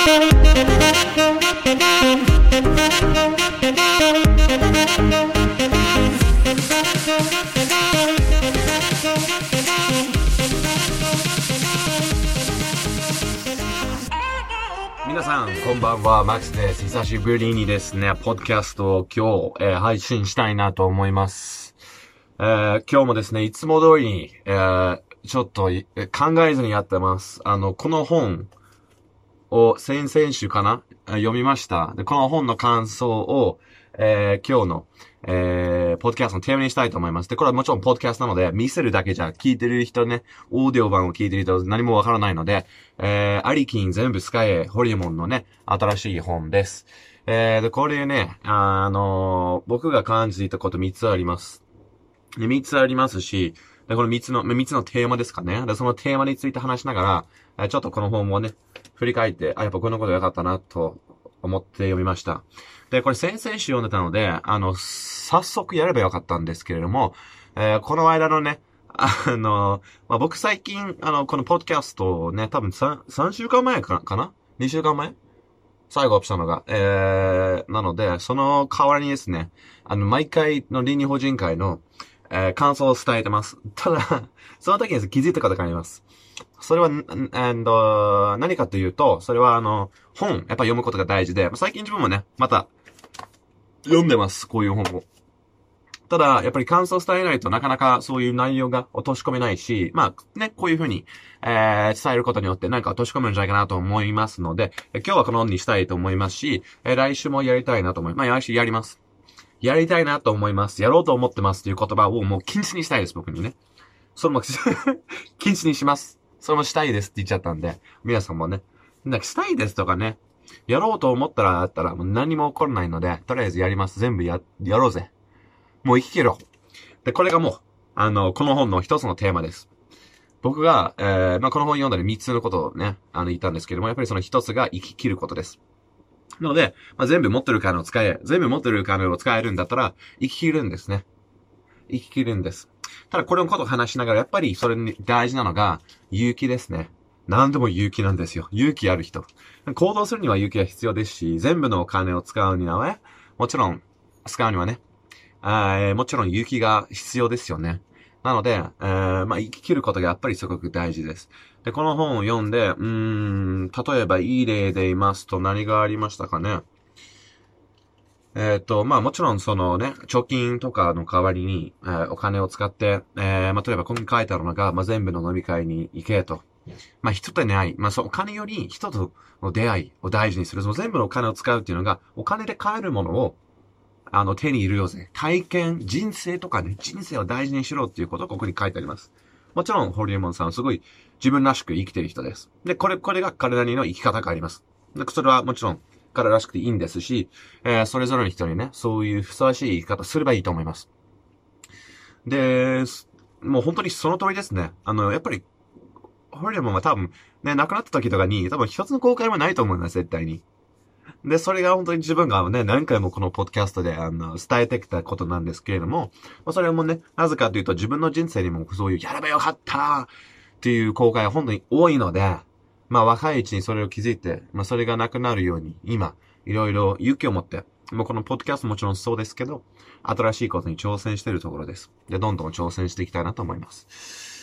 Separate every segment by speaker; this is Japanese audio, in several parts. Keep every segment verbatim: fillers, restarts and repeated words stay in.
Speaker 1: 皆さん、こんばんは、マックスです。久しぶりにですね、ポッドキャストを今日、えー、配信したいなと思います。えー、今日もですね、いつも通りに、えー、ちょっと、えー、考えずにやってます。あの、この本を先々週かな読みました。で、この本の感想を、えー、今日の、えー、ポッドキャストのテーマにしたいと思います。で、これはもちろんポッドキャストなので、見せるだけじゃ、聞いてる人ね、オーディオ版を聞いてる人何もわからないので、えー、アリキン全部使え、ホリエモンのね、新しい本です。えー、で、これね、あのー、僕が感じていたことみっつあります。で、みっつありますし、で、このみっつの、みっつのテーマですかね。で、そのテーマについて話しながら、ちょっとこの本をね、振り返って、あ、やっぱこんなこと良かったな、と思って読みました。で、これ先々週読んでたので、あの、早速やればよかったんですけれども、えー、この間のね、あの、まあ、僕最近、あの、このポッドキャストをね、多分3、さんしゅうかんまえかな ?に 週間前最後アップしたのが。えー、なので、その代わりにですね、あの、毎回の倫理法人会の、えー、感想を伝えてます。ただ、その時に気づいたことがあります。それは、and, 何かというと、それはあの、本、やっぱ読むことが大事で、最近自分もね、また、読んでます、こういう本を。ただ、やっぱり感想を伝えないとなかなかそういう内容が落とし込めないし、まあね、こういうふうに、えー、伝えることによって何か落とし込めるんじゃないかなと思いますので、今日はこの本にしたいと思いますし、えー、来週もやりたいなと思います。まあ来週やります。やりたいなと思います。やろうと思ってますという言葉をもう禁止にしたいです、僕にね。それも、禁止にします。それもしたいですって言っちゃったんで、皆さんもね、なんかしたいですとかね、やろうと思ったら、だったらもう何も起こらないので、とりあえずやります。全部や、やろうぜ。もう生き切ろう。で、これがもう、あの、この本の一つのテーマです。僕が、えー、まあ、この本読んだら三つのことをね、あの、言ったんですけども、やっぱりその一つが生き切ることです。なので、まあ、全部持ってる金を使え、全部持ってる金を使えるんだったら、生き切るんですね。生き切るんです。ただこれのことを話しながら、やっぱりそれに大事なのが、勇気ですね。何でも勇気なんですよ。勇気ある人。行動するには勇気が必要ですし、全部のお金を使うにはね、もちろん、使うにはね、あえー、もちろん勇気が必要ですよね。なので、えー、まあ、生き切ることがやっぱりすごく大事です。で、この本を読んで、うーん、例えばいい例で言いますと何がありましたかね。えっと、まあもちろんそのね、貯金とかの代わりに、えー、お金を使って、えー、まあ例えばここに書いてあるのが、まあ全部の飲み会に行けと。まあ人と出会い、まあそう、お金より人との出会いを大事にする。その全部のお金を使うっていうのが、お金で買えるものを、あの、手に入れようぜ。体験、人生とかね、人生を大事にしろっていうことがここに書いてあります。もちろん、ホリエモンさんはすごい自分らしく生きてる人です。で、これ、これが彼なりの生き方があります。で、それはもちろん、彼らしくていいんですし、えー、それぞれの人にね、そういうふさわしい生き方すればいいと思います。で、もう本当にその通りですね。あの、やっぱり、ホリエモンは多分、ね、亡くなった時とかに、多分一つの後悔もないと思います、絶対に。で、それが本当に自分がね、何回もこのポッドキャストで、あの、伝えてきたことなんですけれども、まあ、それもね、なぜかというと自分の人生にもそういう、やればよかったっていう後悔が本当に多いので、まあ若いうちにそれを気づいて、まあそれがなくなるように、今、いろいろ勇気を持って、もうこのポッドキャストもちろんそうですけど、新しいことに挑戦しているところです。で、どんどん挑戦していきたいなと思います。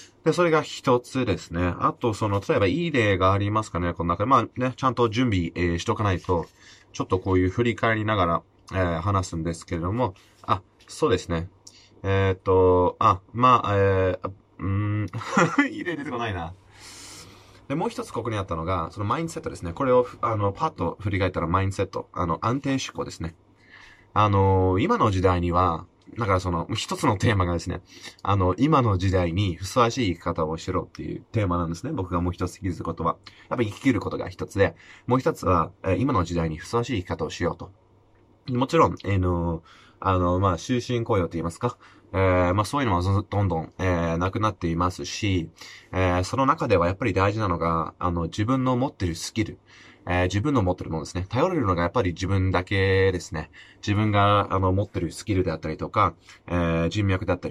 Speaker 1: で、それが一つですね。あと、その、例えばいい例がありますかね、この中で。まあね、ちゃんと準備、えー、しとかないと、ちょっとこういう振り返りながら、えー、話すんですけれども、あ、そうですね。えー、っと、あ、まあ、えー、うーん、いい例出てこないな。で、もう一つここにあったのが、そのマインドセットですね。これを、あの、パッと振り返ったらマインドセット。あの、安定思考ですね。あの、今の時代には、だからその、一つのテーマがですね、あの、今の時代にふさわしい生き方をしろっていうテーマなんですね。僕がもう一つ気づくことは。やっぱり生き切ることが一つで、もう一つは、えー、今の時代にふさわしい生き方をしようと。もちろん、えー、の、あの、まあ、終身雇用と言いますか。えー、まあ、そういうのはどんどん、えー、なくなっていますし、えー、その中ではやっぱり大事なのが、あの、自分の持ってるスキル。えー、自分の持ってるものですね。頼れるのがやっぱり自分だけですね。自分が、あの、持ってるスキルであったりとか、えー、人脈だったり、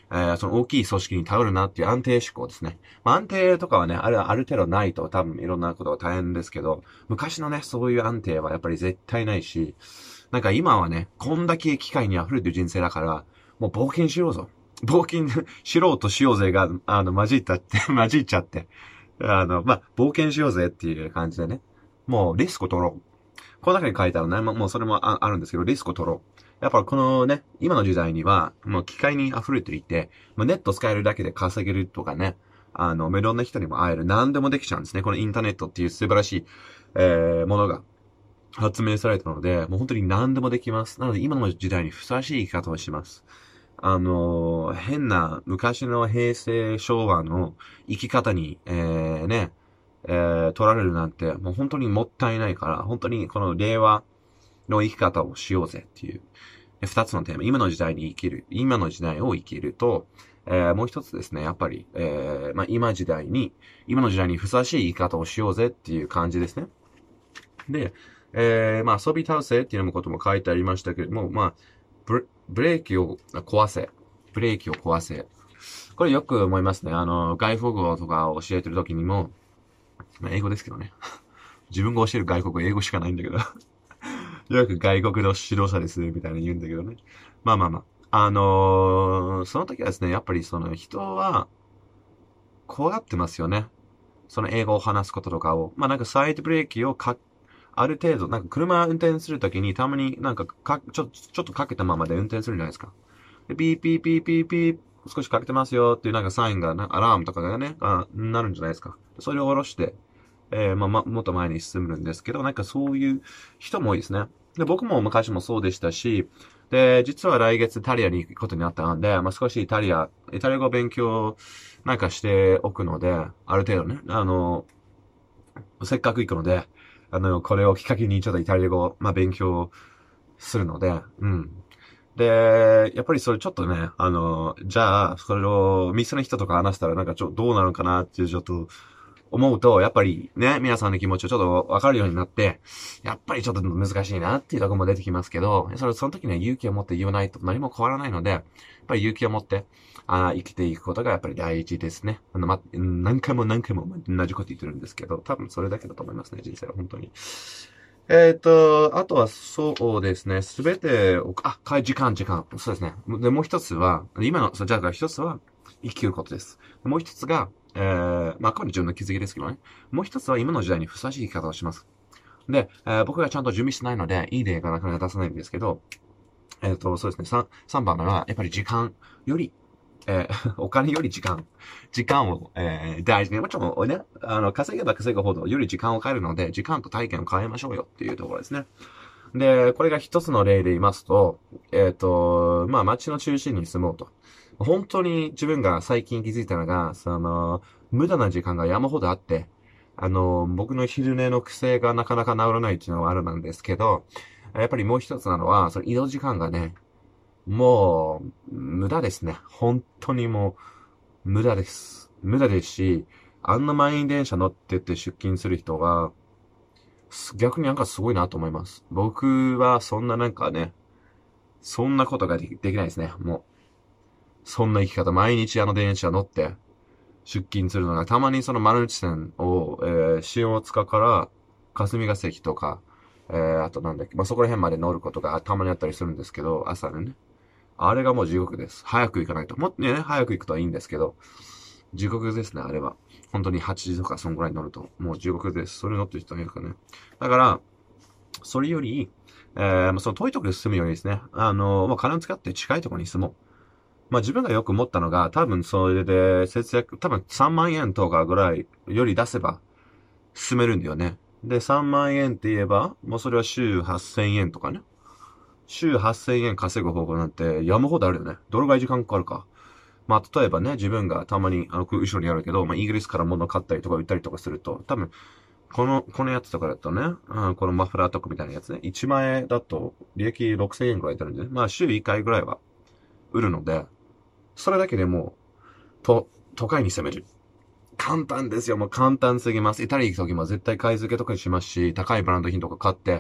Speaker 1: えー、その大きい組織に頼るなっていう安定志向ですね。まあ、安定とかはね、ある、ある程度ないと多分いろんなことが大変ですけど、昔のね、そういう安定はやっぱり絶対ないし、なんか今はね、こんだけ機会に溢れてる人生だから、もう冒険しようぞ。冒険しろうとしようぜが、あの、混じったって、混じっちゃって。あの、まあ、冒険しようぜっていう感じでね。もうリスクを取ろう。この中に書いてあるね、もうそれも あ, あるんですけど、リスクを取ろう。やっぱこのね、今の時代には、もう機械に溢れていて、まあ、ネット使えるだけで稼げるとかね、あの、いろんな人にも会える、何でもできちゃうんですね。このインターネットっていう素晴らしい、えー、ものが発明されたので、もう本当に何でもできます。なので今の時代にふさわしい生き方をします。あのー、変な昔の平成昭和の生き方に、えー、ね、えー、取られるなんて、もう本当にもったいないから、本当にこの令和の生き方をしようぜっていう、二つのテーマ。今の時代に生きる。今の時代を生きると、えー、もう一つですね、やっぱり、えー、まあ、今時代に、今の時代にふさわしい生き方をしようぜっていう感じですね。で、えー、まあ、遊び倒せっていうのことも書いてありましたけれども、まあ、ブ、ブレーキを壊せ。ブレーキを壊せ。これよく思いますね。あの、外国語とかを教えてるときにも、まあ、英語ですけどね。自分が教える外国語英語しかないんだけど。よく外国の指導者です、みたいな言うんだけどね。まあまあまあ。あのー、その時はですね、やっぱりその人は、怖がってますよね。その英語を話すこととかを。まあなんかサイドブレーキをか、ある程度、なんか車運転するときにたまになんかか、ちょ、ちょっとかけたままで運転するじゃないですか。で、ピーピーピーピーピー、少しかけてますよっていうなんかサインが、アラームとかがね、あなるんじゃないですか。それを下ろして、えー、まあ、ま、もっと前に進むんですけど、なんかそういう人も多いですね。で、僕も昔もそうでしたし、で、実は来月イタリアに行くことになったんで、まあ、少しイタリア、イタリア語勉強なんかしておくので、ある程度ね、あの、せっかく行くので、あの、これをきっかけにちょっとイタリア語、まあ、勉強するので、うん。で、やっぱりそれちょっとね、あの、じゃあ、それを店の人とか話したらなんかちょ、どうなるかなっていうちょっと、思うと、やっぱりね、皆さんの気持ちをちょっとわかるようになって、やっぱりちょっと難しいなっていうところも出てきますけど、それ、その時には勇気を持って言わないと何も変わらないので、やっぱり勇気を持って、あ生きていくことがやっぱり大事ですね。あの、ま、何回も何回も同じこと言ってるんですけど、多分それだけだと思いますね、人生は本当に。えっと、あとはそうですね、すべてを、あ、か時間、時間。そうですね。で、もう一つは、今の、じゃあ一つは、生きることです。もう一つが、えー、まあ、これ自分の気づきですけどね。もう一つは今の時代にふさわしい生き方をします。で、えー、僕がちゃんと準備してないので、いい例がなかなか出さないんですけど、えっと、そうですね、三、三番は、やっぱり時間より、えー、お金より時間。時間を、えー、大事に。もちろん、ね、あの、稼げば稼ぐほど、より時間を変えるので、時間と体験を変えましょうよっていうところですね。で、これが一つの例で言いますと、えっと、まあ、街の中心に住もうと。本当に自分が最近気づいたのが、その、無駄な時間が山ほどあって、あの、僕の昼寝の癖がなかなか治らないっていうのはあるなんですけど、やっぱりもう一つなのは、その移動時間がね、もう、無駄ですね。本当にもう、無駄です。無駄ですし、あんな満員電車乗ってって出勤する人が、逆になんかすごいなと思います。僕はそんななんかね、そんなことができ、できないですね。もう、そんな生き方、毎日あの電車乗って出勤するのが、たまにその丸内線を、えー、新大塚から霞ヶ関とか、えー、あとなんだっけ、まあ、そこら辺まで乗ることがたまにあったりするんですけど、朝でね。あれがもう地獄です。早く行かないと。もっとね、早く行くとはいいんですけど、地獄ですね、あれは。本当にはちじとかそんぐらい乗ると、もう地獄です。それ乗ってる人がいるからね。だから、それより、えー、その遠いところに住むよりですね、あの、まあ、金を使って近いところに住もう。まあ、自分がよく思ったのが、多分それで節約、多分さんまんえんとかぐらいより出せば住めるんだよね。で、さんまんえんって言えば、もうそれは週はっせんえんとかね。週はっせんえん稼ぐ方法なんて山ほどあるよね。どれぐらい時間かかるか。まあ、例えばね、自分がたまに、あの、後ろにあるけど、まあ、イギリスから物買ったりとか売ったりとかすると、多分、この、このやつとかだとね、うん、このマフラーとかみたいなやつね、いちまん円だと、利益ろくせんえんぐらい出るんでね。まあ、週いっかいぐらいは売るので、それだけでもう、と、都会に攻める。簡単ですよ。もう簡単すぎます。イタリア行くときも絶対買い付けとかしますし、高いブランド品とか買って、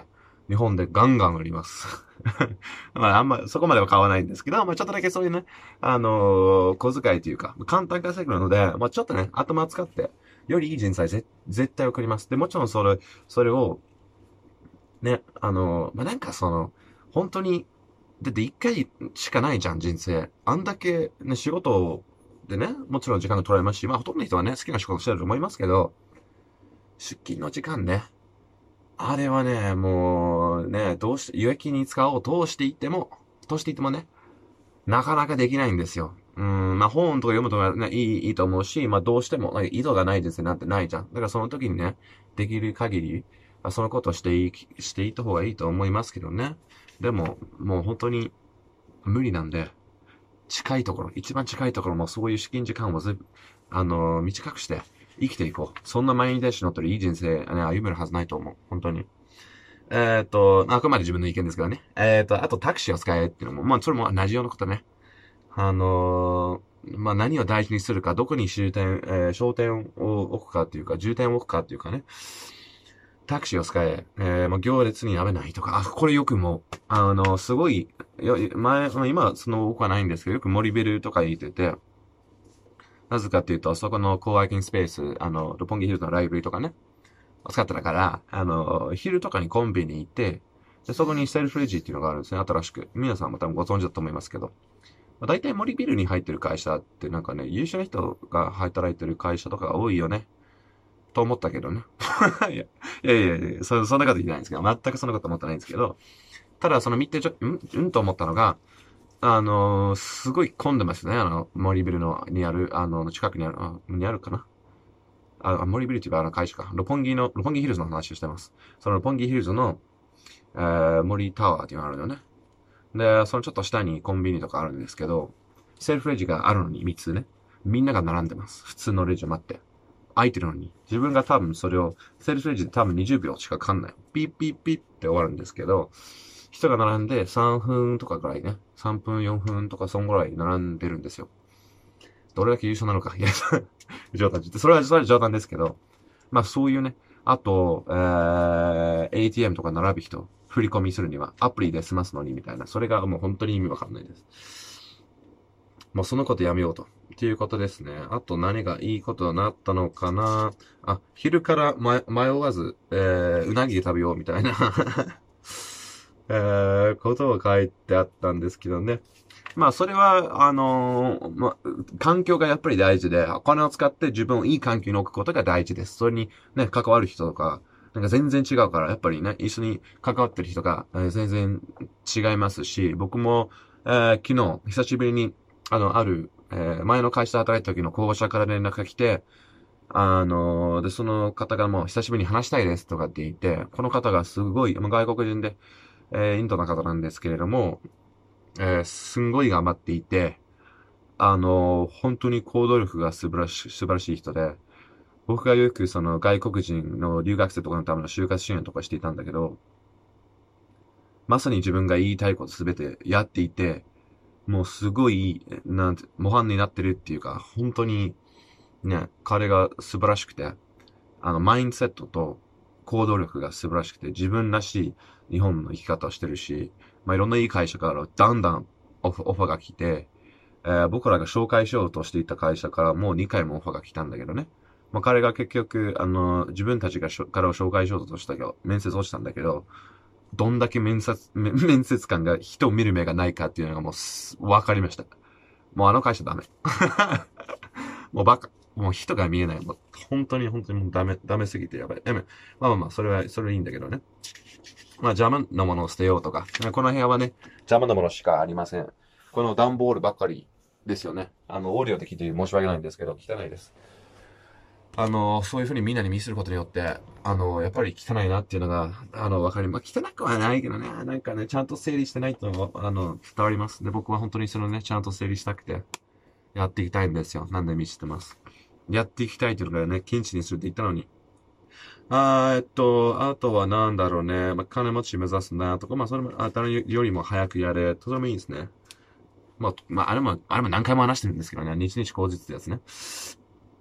Speaker 1: 日本でガンガン売ります。まあ、あんま、そこまでは買わないんですけど、まあ、ちょっとだけそういうね、あのー小遣いというか、簡単稼ぐので、まあ、ちょっとね、頭使って、よりいい人材ぜ、絶対送ります。で、もちろんそれ、それを、ね、あのーまあ、なんかその、本当に、だって一回しかないじゃん、人生。あんだけね、仕事でね、もちろん時間が取られますし、まあ、ほとんどの人はね、好きな仕事してると思いますけど、出勤の時間ね、あれはね、もうね、どうして、有益に使おうとしていっても、としていってもね、なかなかできないんですよ。うん、まあ本とか読むとかね、いい、いいと思うし、まあどうしても、なんか意図がないですなんてないじゃん。だからその時にね、できる限り、まあそのことをしていい、していった方がいいと思いますけどね。でも、もう本当に無理なんで、近いところ、一番近いところもそういう資金時間をず、あのー短くして生きていこう。そんな満員電車乗ってるいい人生、ね、歩めるはずないと思う。本当に。えっと、あくまで自分の意見ですからね。えっと、あとタクシーを使えっていうのも、まあ、それも同じようなことね。あのーまあ、何を大事にするか、どこに終点、えー焦点を置くかっていうか、重点を置くかっていうかね。タクシーを使え、えー、まあ、行列にやめないとか、あ、これよくもう、あの、すごい、よ前、まあ、今はその多くはないんですけど、よく森ビルとか言ってて、なぜかっていうと、そこのコーワーキングスペース、あの、六本木ヒルズのライブリーとかね、使ってたから、あの、昼とかにコンビニ行って、で、そこにセルフレジっていうのがあるんですね、新しく。皆さんも多分ご存知だと思いますけど。まあ、大体森ビルに入ってる会社ってなんかね、優秀な人が働いてる会社とかが多いよね。と思ったけどね。いや、いやいやいや、そ、そんなこと言ってないんですけど、全くそんなこと思ってないんですけど、ただその見てちょ、うんうんと思ったのが、あのーすごい混んでますね。あの、森ビルの、にある、あの、近くにある、あ、にあるかなあ、森ビルっていうか、あの会社か。六本木の、六本木ヒルズの話をしてます。その六本木ヒルズの、えー、森タワーっていうのがあるのね。で、そのちょっと下にコンビニとかあるんですけど、セルフレジがあるのにみっつね。みんなが並んでます。普通のレジを待って。空いてるのに。自分が多分それを、セルフレジで多分にじゅうびょうしかかかんない。ピッピッピッって終わるんですけど、人が並んでさんぷんとかぐらいね。さんぷん、よんぷんとかそんぐらい並んでるんですよ。どれだけ優秀なのか。いや、冗談。それは、それは冗談ですけど。まあそういうね。あと、えー、エーティーエム とか並ぶ人、振り込みするにはアプリで済ますのにみたいな。それがもう本当に意味わかんないです。もうそのことやめようと。っていうことですね。あと何がいいことになったのかな。あ、昼から迷迷わず、えー、うなぎ食べようみたいなえー、ことを書いてあったんですけどね。まあ、それは、あのーまあ、環境がやっぱり大事で、お金を使って自分をいい環境に置くことが大事です。それにね、関わる人とか、なんか全然違うから、やっぱりね、一緒に関わってる人が、えー全然違いますし、僕も、えー昨日、久しぶりに、あの、ある、えー前の会社で働いた時の候補者から連絡が来て、あのーで、その方がもう久しぶりに話したいですとかって言って、この方がすごい、まあ外国人で、えーインドの方なんですけれども、えーすんごい頑張っていて、あの、本当に行動力が素晴らしい、素晴らしい人で、僕がよくその外国人の留学生とかのための就活支援とかしていたんだけど、まさに自分が言いたいことすべてやっていて、もうすごい、なんて、模範になってるっていうか、本当にね、彼が素晴らしくて、あの、マインドセットと行動力が素晴らしくて、自分らしい日本の生き方をしてるし、まあ、いろんないい会社からだんだんオフ、オファーが来て、えー僕らが紹介しようとしていた会社からもうにかいもオファーが来たんだけどね。まあ、彼が結局、あの、自分たちがしょからを紹介しようとしたけど、面接落ちたんだけど、どんだけ面接、面面接官が人を見る目がないかっていうのがもうす、わかりました。もうあの会社ダメ。もうバカ。もう人が見えない。もう本当に本当にもうダメ、ダメすぎてやばい。やめ。まあまあまあ、それは、それはいいんだけどね。まあ邪魔なものを捨てようとか。この部屋はね、邪魔なものしかありません。この段ボールばっかりですよね。あの、オーディオで聞いて申し訳ないんですけど、汚いです。あの、そういう風にみんなに見せることによって、あの、やっぱり汚いなっていうのが、あの、わかります。まあ、汚くはないけどね、なんかね、ちゃんと整理してないと、あの、伝わります。で、僕は本当にそのね、ちゃんと整理したくて、やっていきたいんですよ。何で見せてます。やっていきたいというのがね、禁止にするって言ったのに。あーえっと、あとはなんだろうね、まあ、金持ち目指すなとか、まあ、それも、あ、誰よりも早くやれ、とてもいいですね。まあ、まあ、あれも、あれも何回も話してるんですけどね、日々口実ってやつね。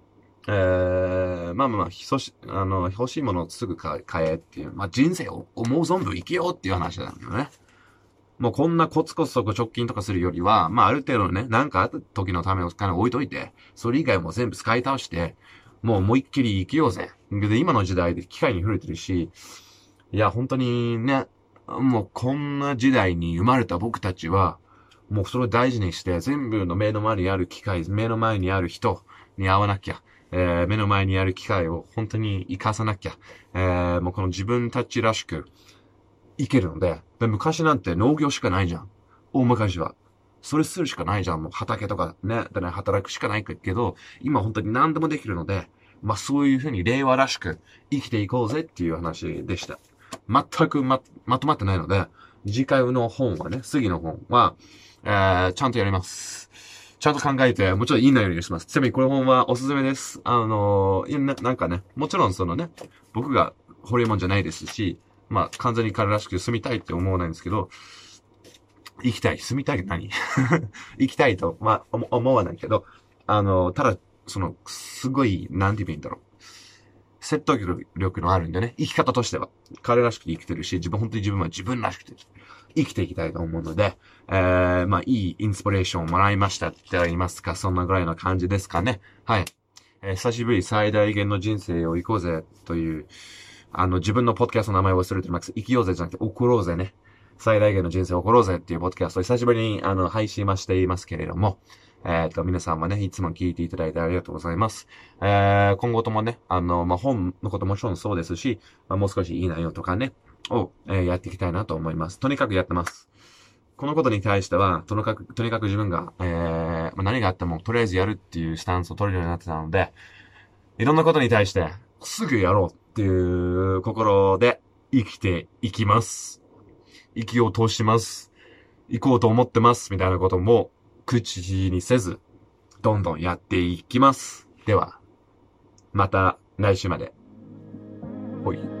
Speaker 1: えー、まあまあまあ、ひそし、あの、欲しいものをすぐ買えっていう、まあ人生を思う存分生きようっていう話なんだよね。もうこんなコツコツと貯金とかするよりは、まあある程度ね、なんかあった時のための金を置いといて、それ以外も全部使い倒して、もう思いっきり生きようぜ。で、今の時代で機械に触れてるし、いや、本当にね、もうこんな時代に生まれた僕たちは、もうそれを大事にして、全部の目の前にある機会、目の前にある人に会わなきゃ、えー、目の前にある機会を本当に活かさなきゃ、えー、もうこの自分たちらしく生けるので、で昔なんて農業しかないじゃん。大昔は。それするしかないじゃん。もう畑とかね、でね、働くしかないけど、今本当に何でもできるので、まあそういうふうに令和らしく生きていこうぜっていう話でした。全くま、まとまってないので、次回の本はね、次の本は、えー、ちゃんとやります。ちゃんと考えて、もちろんいい内容にします。ちなみにこの本はおすすめです。あのー、ななんかね、もちろんそのね、僕がホリエモンじゃないですし、まあ、完全に彼らしく住みたいって思わないんですけど、生きたい、住みたい何生きたいと、まあ、思わないけど、あの、ただ、その、すごい、なんて言うんだろう。説得力のあるんでね、生き方としては。彼らしく生きてるし、自分、本当に自分は自分らしくて、生きていきたいと思うので、えー、まあ、いいインスピレーションをもらいましたって言いますか、そんなぐらいの感じですかね。はい。えー、久しぶり最大限の人生を行こうぜという、あの、自分のポッドキャストの名前を忘れてます。生きようぜじゃなくて、送ろうぜね。最大限の人生を送ろうぜっていうポッドキャストを久しぶりに、あの、配信はしていますけれども、えっと、皆さんはね、いつも聞いていただいてありがとうございます。えー、今後ともね、あの、まあ、本のこともちろんそうですし、まあ、もう少しいい内容とかね、を、えー、やっていきたいなと思います。とにかくやってます。このことに対しては、とにかく、とにかく自分が、えー、まあ、何があっても、とりあえずやるっていうスタンスを取れるようになってたので、いろんなことに対して、すぐやろうっていう心で生きていきます。息を通します。行こうと思ってます。みたいなことも、口にせず、どんどんやっていきます。では、また来週まで。ほい。